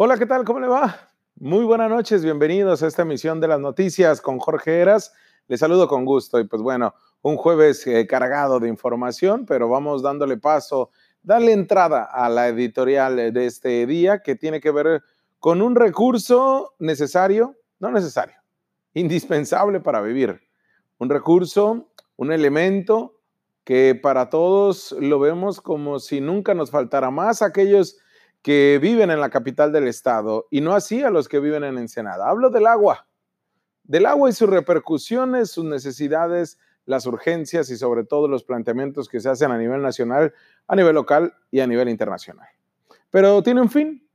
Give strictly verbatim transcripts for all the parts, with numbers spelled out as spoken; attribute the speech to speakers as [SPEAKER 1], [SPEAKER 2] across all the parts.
[SPEAKER 1] Hola, ¿qué tal? ¿Cómo le va? Muy buenas noches, bienvenidos a esta emisión de las noticias con Jorge Heras. Les saludo con gusto y pues bueno, un jueves eh, cargado de información, pero vamos dándole paso, darle entrada a la editorial de este día que tiene que ver con un recurso necesario, no necesario, indispensable para vivir. Un recurso, un elemento que para todos lo vemos como si nunca nos faltara más aquellos que viven en la capital del estado y no así a los que viven en Ensenada. Hablo del agua, del agua y sus repercusiones, sus necesidades, las urgencias y sobre todo los planteamientos que se hacen a nivel nacional, a nivel local y a nivel internacional. Pero tiene un fin,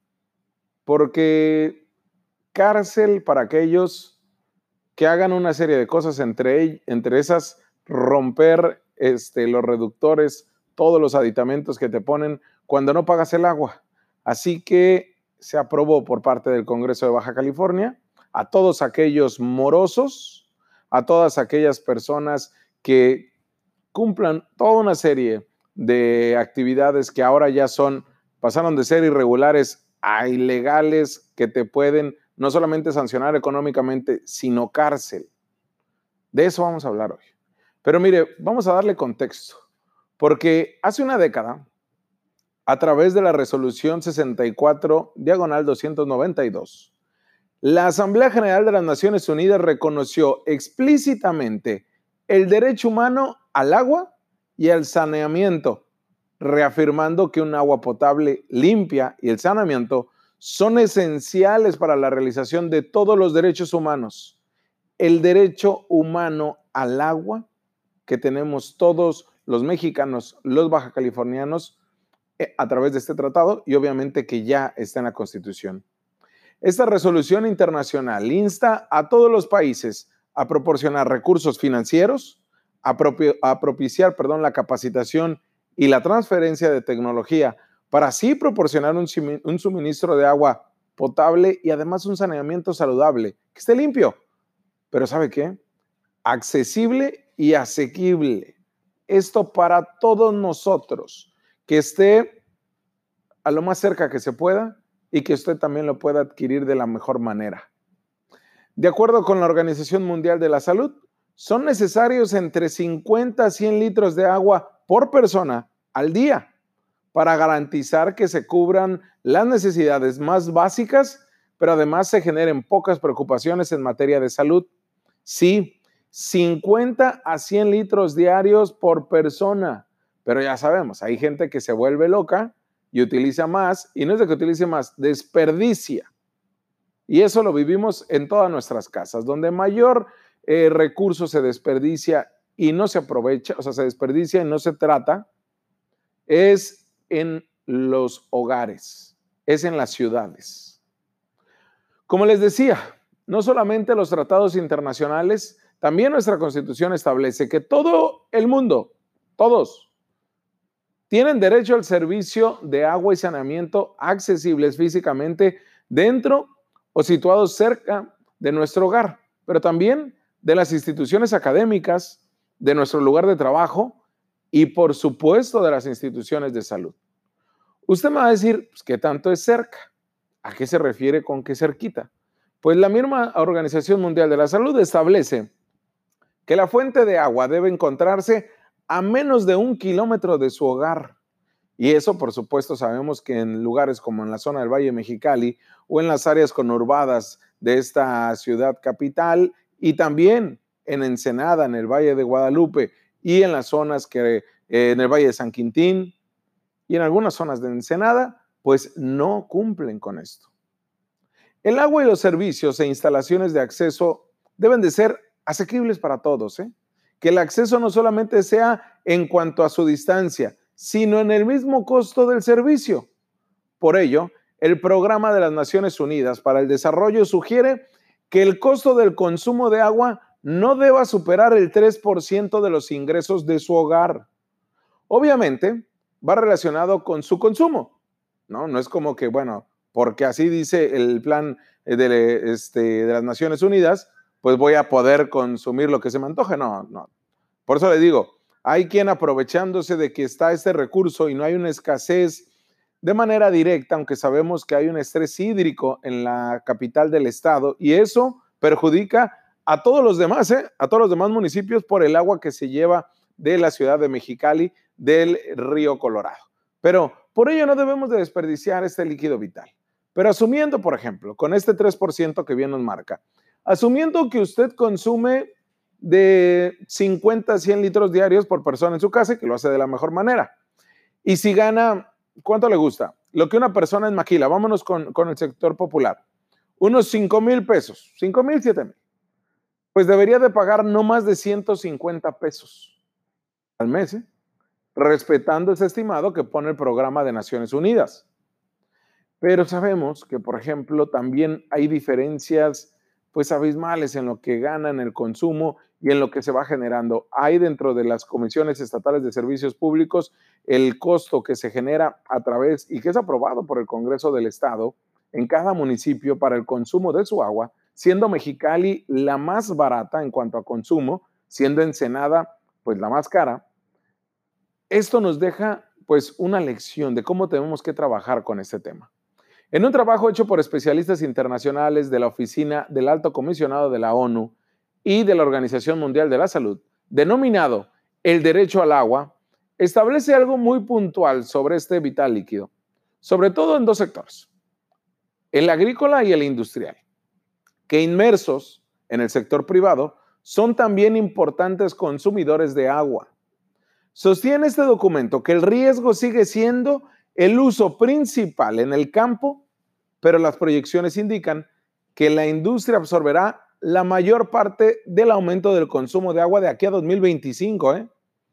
[SPEAKER 1] porque cárcel para aquellos que hagan una serie de cosas, entre, entre esas romper este, los reductores, todos los aditamentos que te ponen cuando no pagas el agua. Así que se aprobó por parte del Congreso de Baja California a todos aquellos morosos, a todas aquellas personas que cumplan toda una serie de actividades que ahora ya son, pasaron de ser irregulares a ilegales, que te pueden no solamente sancionar económicamente, sino cárcel. De eso vamos a hablar hoy. Pero mire, vamos a darle contexto, porque hace una década, a través de la resolución sesenta y cuatro, diagonal doscientos noventa y dos, la Asamblea General de las Naciones Unidas reconoció explícitamente el derecho humano al agua y al saneamiento, reafirmando que un agua potable limpia y el saneamiento son esenciales para la realización de todos los derechos humanos. El derecho humano al agua que tenemos todos los mexicanos, los baja californianos, a través de este tratado y obviamente que ya está en la Constitución. Esta resolución internacional insta a todos los países a proporcionar recursos financieros, a, propio, a propiciar perdón, la capacitación y la transferencia de tecnología para así proporcionar un, un suministro de agua potable y además un saneamiento saludable, que esté limpio, pero ¿sabe qué? Accesible y asequible. Esto para todos nosotros, que esté a lo más cerca que se pueda y que usted también lo pueda adquirir de la mejor manera. De acuerdo con la Organización Mundial de la Salud, son necesarios entre cincuenta a cien litros de agua por persona al día para garantizar que se cubran las necesidades más básicas, pero además se generen pocas preocupaciones en materia de salud. Sí, cincuenta a cien litros diarios por persona, pero ya sabemos, hay gente que se vuelve loca y utiliza más, y no es de que utilice más, desperdicia. Y eso lo vivimos en todas nuestras casas, donde mayor eh, recurso se desperdicia y no se aprovecha, o sea, se desperdicia y no se trata, es en los hogares, es en las ciudades. Como les decía, no solamente los tratados internacionales, también nuestra Constitución establece que todo el mundo, todos, tienen derecho al servicio de agua y saneamiento accesibles físicamente dentro o situados cerca de nuestro hogar, pero también de las instituciones académicas, de nuestro lugar de trabajo y, por supuesto, de las instituciones de salud. Usted me va a decir, pues, ¿qué tanto es cerca? ¿A qué se refiere con qué cerquita? Pues la misma Organización Mundial de la Salud establece que la fuente de agua debe encontrarse a menos de un kilómetro de su hogar. Y eso, por supuesto, sabemos que en lugares como en la zona del Valle de Mexicali o en las áreas conurbadas de esta ciudad capital y también en Ensenada, en el Valle de Guadalupe y en las zonas que, eh, en el Valle de San Quintín y en algunas zonas de Ensenada, pues no cumplen con esto. El agua y los servicios e instalaciones de acceso deben de ser asequibles para todos, ¿eh? Que el acceso no solamente sea en cuanto a su distancia, sino en el mismo costo del servicio. Por ello, el Programa de las Naciones Unidas para el Desarrollo sugiere que el costo del consumo de agua no deba superar el tres por ciento de los ingresos de su hogar. Obviamente, va relacionado con su consumo, ¿no? No es como que, bueno, porque así dice el plan de, este, de las Naciones Unidas, pues voy a poder consumir lo que se me antoje. No, no. Por eso le digo, hay quien aprovechándose de que está este recurso y no hay una escasez de manera directa, aunque sabemos que hay un estrés hídrico en la capital del estado y eso perjudica a todos los demás, ¿eh? a todos los demás municipios por el agua que se lleva de la ciudad de Mexicali, del río Colorado. Pero por ello no debemos de desperdiciar este líquido vital. Pero asumiendo, por ejemplo, con este tres por ciento que bien nos marca, asumiendo que usted consume de cincuenta a cien litros diarios por persona en su casa, que lo hace de la mejor manera. Y si gana, ¿cuánto le gusta? Lo que una persona en Maquila, vámonos con, con el sector popular, unos cinco mil pesos, cinco mil, siete mil. Pues debería de pagar no más de ciento cincuenta pesos al mes, ¿eh? Respetando ese estimado que pone el programa de Naciones Unidas. Pero sabemos que, por ejemplo, también hay diferencias pues abismales en lo que gana en el consumo y en lo que se va generando. Hay dentro de las comisiones estatales de servicios públicos el costo que se genera a través y que es aprobado por el Congreso del Estado en cada municipio para el consumo de su agua, siendo Mexicali la más barata en cuanto a consumo, siendo Ensenada pues la más cara. Esto nos deja pues una lección de cómo tenemos que trabajar con este tema. En un trabajo hecho por especialistas internacionales de la Oficina del Alto Comisionado de la ONU y de la Organización Mundial de la Salud, denominado El Derecho al Agua, establece algo muy puntual sobre este vital líquido, sobre todo en dos sectores, el agrícola y el industrial, que inmersos en el sector privado son también importantes consumidores de agua. Sostiene este documento que el riesgo sigue siendo el uso principal en el campo, pero las proyecciones indican que la industria absorberá la mayor parte del aumento del consumo de agua de aquí a dos mil veinticinco. ¿eh?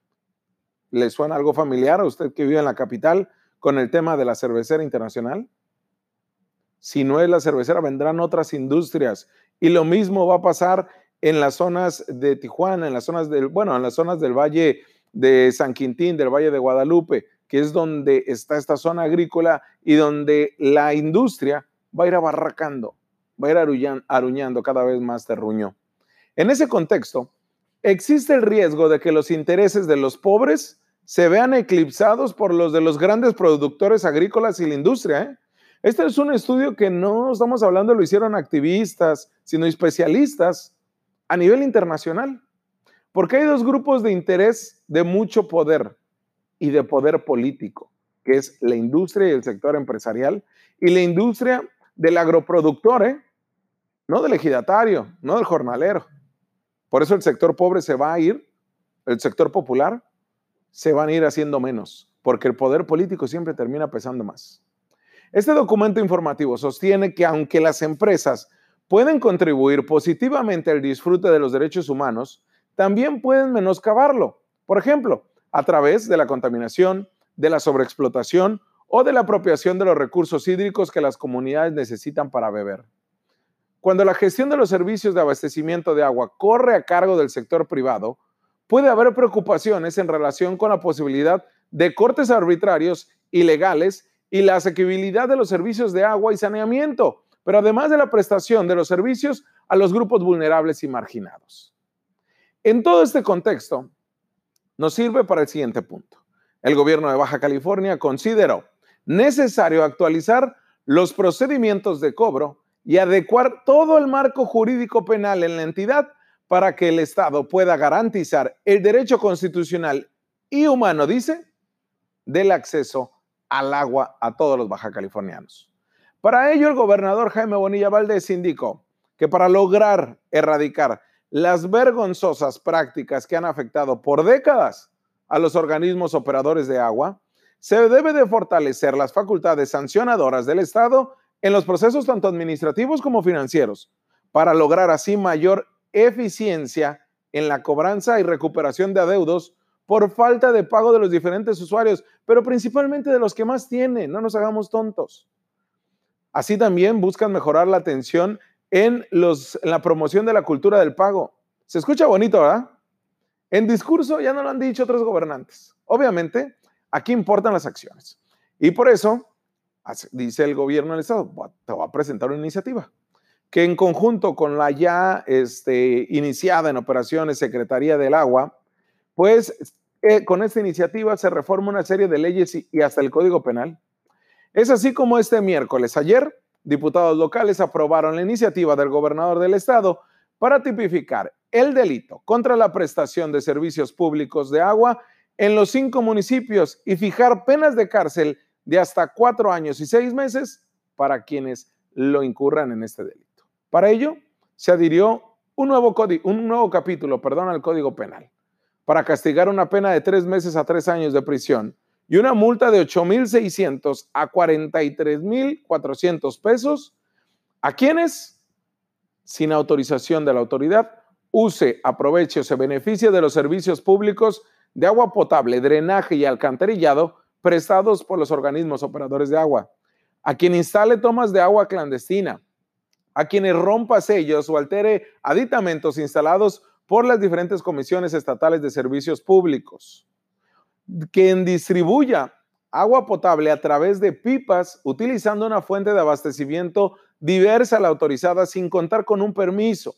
[SPEAKER 1] ¿Le suena algo familiar a usted que vive en la capital con el tema de la cervecera internacional? Si no es la cervecera, vendrán otras industrias y lo mismo va a pasar en las zonas de Tijuana, en las zonas del, bueno, en las zonas del Valle de San Quintín, del Valle de Guadalupe, que es donde está esta zona agrícola y donde la industria va a ir abarracando, va a ir aruñando, aruñando cada vez más terruño. En ese contexto, existe el riesgo de que los intereses de los pobres se vean eclipsados por los de los grandes productores agrícolas y la industria. ¿eh? Este es un estudio que no estamos hablando, lo hicieron activistas, sino especialistas a nivel internacional. Porque hay dos grupos de interés de mucho poder y de poder político, que es la industria y el sector empresarial, y la industria del agroproductor, ¿eh? no del ejidatario, no del jornalero. Por eso el sector pobre se va a ir, el sector popular se van a ir haciendo menos, porque el poder político siempre termina pesando más. Este documento informativo sostiene que aunque las empresas pueden contribuir positivamente al disfrute de los derechos humanos, también pueden menoscabarlo. Por ejemplo, a través de la contaminación, de la sobreexplotación o de la apropiación de los recursos hídricos que las comunidades necesitan para beber. Cuando la gestión de los servicios de abastecimiento de agua corre a cargo del sector privado, puede haber preocupaciones en relación con la posibilidad de cortes arbitrarios, ilegales y la asequibilidad de los servicios de agua y saneamiento, pero además de la prestación de los servicios a los grupos vulnerables y marginados. En todo este contexto, nos sirve para el siguiente punto. El gobierno de Baja California consideró necesario actualizar los procedimientos de cobro y adecuar todo el marco jurídico penal en la entidad para que el Estado pueda garantizar el derecho constitucional y humano, dice, del acceso al agua a todos los bajacalifornianos. Para ello, el gobernador Jaime Bonilla Valdez indicó que para lograr erradicar las vergonzosas prácticas que han afectado por décadas a los organismos operadores de agua, se debe de fortalecer las facultades sancionadoras del Estado en los procesos tanto administrativos como financieros, para lograr así mayor eficiencia en la cobranza y recuperación de adeudos por falta de pago de los diferentes usuarios, pero principalmente de los que más tienen, no nos hagamos tontos. Así también buscan mejorar la atención en, los, en la promoción de la cultura del pago. Se escucha bonito, ¿verdad? En discurso ya no lo han dicho otros gobernantes. Obviamente, aquí importan las acciones. Y por eso, dice el gobierno del Estado, te va a presentar una iniciativa que en conjunto con la ya este, iniciada en operaciones Secretaría del Agua, pues eh, con esta iniciativa se reforma una serie de leyes y, y hasta el Código Penal Es así como este miércoles, ayer, diputados locales aprobaron la iniciativa del gobernador del estado para tipificar el delito contra la prestación de servicios públicos de agua en los cinco municipios y fijar penas de cárcel de hasta cuatro años y seis meses para quienes lo incurran en este delito. Para ello, se adhirió un nuevo, código, un nuevo capítulo perdón, al Código Penal para castigar una pena de tres meses a tres años de prisión y una multa de ocho mil seiscientos a cuarenta y tres mil cuatrocientos pesos a quienes, sin autorización de la autoridad, use, aproveche o se beneficie de los servicios públicos de agua potable, drenaje y alcantarillado prestados por los organismos operadores de agua, a quien instale tomas de agua clandestina, a quienes rompa sellos o altere aditamentos instalados por las diferentes comisiones estatales de servicios públicos, quien distribuya agua potable a través de pipas utilizando una fuente de abastecimiento diversa a la autorizada sin contar con un permiso,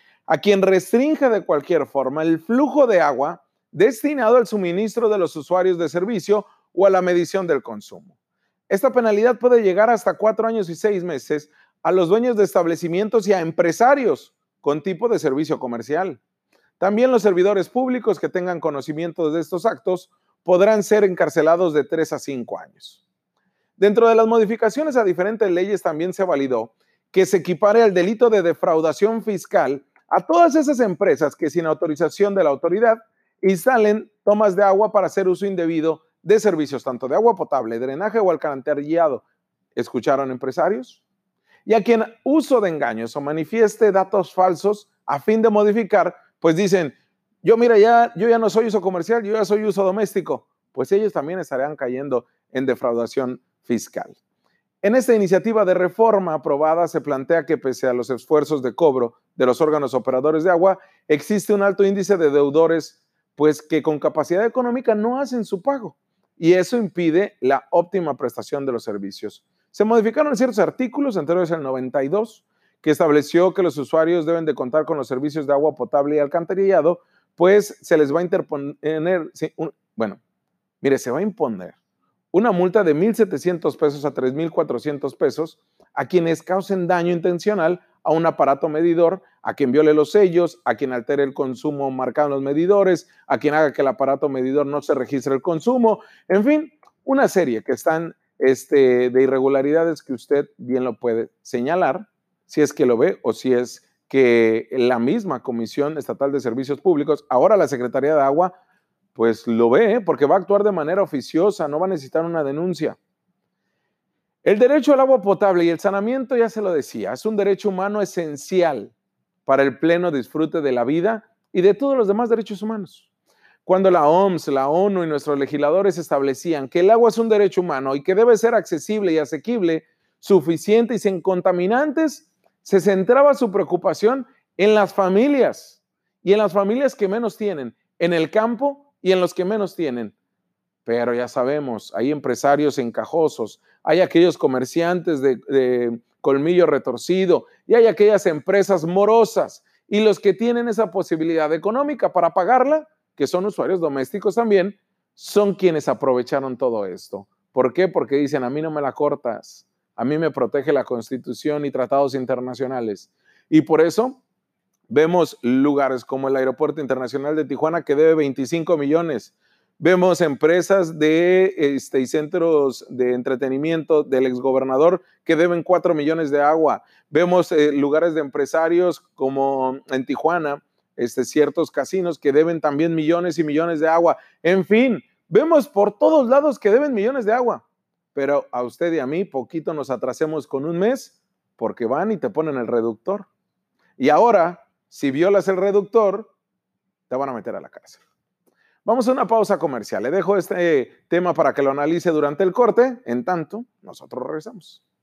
[SPEAKER 1] a quien restrinja de cualquier forma el flujo de agua destinado al suministro de los usuarios de servicio o a la medición del consumo. Esta penalidad puede llegar hasta cuatro años y seis meses a los dueños de establecimientos y a empresarios con tipo de servicio comercial. También los servidores públicos que tengan conocimiento de estos actos podrán ser encarcelados de tres a cinco años. Dentro de las modificaciones a diferentes leyes también se validó que se equipare al delito de defraudación fiscal a todas esas empresas que sin autorización de la autoridad instalen tomas de agua para hacer uso indebido de servicios tanto de agua potable, drenaje o alcantarillado. ¿Escucharon, empresarios? Y a quien uso de engaños o manifieste datos falsos a fin de modificar, pues dicen, yo mira, ya, yo ya no soy uso comercial, yo ya soy uso doméstico, pues ellos también estarán cayendo en defraudación fiscal. En esta iniciativa de reforma aprobada se plantea que pese a los esfuerzos de cobro de los órganos operadores de agua, existe un alto índice de deudores, pues que con capacidad económica no hacen su pago, y eso impide la óptima prestación de los servicios. Se modificaron ciertos artículos, entre ellos el noventa y dos, que estableció que los usuarios deben de contar con los servicios de agua potable y alcantarillado, pues se les va a interponer, sí, un, bueno, mire, se va a imponer una multa de mil setecientos pesos a tres mil cuatrocientos pesos a quienes causen daño intencional a un aparato medidor, a quien viole los sellos, a quien altere el consumo marcado en los medidores, a quien haga que el aparato medidor no se registre el consumo, en fin, una serie que están este, de irregularidades que usted bien lo puede señalar, si es que lo ve o si es que la misma Comisión Estatal de Servicios Públicos, ahora la Secretaría de Agua, pues lo ve, ¿eh? Porque va a actuar de manera oficiosa, no va a necesitar una denuncia. El derecho al agua potable y el saneamiento, ya se lo decía, es un derecho humano esencial para el pleno disfrute de la vida y de todos los demás derechos humanos. Cuando la O M S, la ONU y nuestros legisladores establecían que el agua es un derecho humano y que debe ser accesible y asequible, suficiente y sin contaminantes, se centraba su preocupación en las familias y en las familias que menos tienen, en el campo y en los que menos tienen. Pero ya sabemos, hay empresarios encajosos, hay aquellos comerciantes de, de colmillo retorcido y hay aquellas empresas morosas y los que tienen esa posibilidad económica para pagarla, que son usuarios domésticos también, son quienes aprovecharon todo esto. ¿Por qué? Porque dicen, a mí no me la cortas, a mí me protege la Constitución y tratados internacionales. Y por eso vemos lugares como el Aeropuerto Internacional de Tijuana que debe veinticinco millones. Vemos empresas de, este, y centros de entretenimiento del exgobernador que deben cuatro millones de agua. Vemos eh, lugares de empresarios como en Tijuana, este, ciertos casinos que deben también millones y millones de agua. En fin, vemos por todos lados que deben millones de agua. Pero a usted y a mí poquito nos atrasemos con un mes porque van y te ponen el reductor. Y ahora, si violas el reductor, te van a meter a la cárcel. Vamos a una pausa comercial. Le dejo este tema para que lo analice durante el corte. En tanto, nosotros regresamos.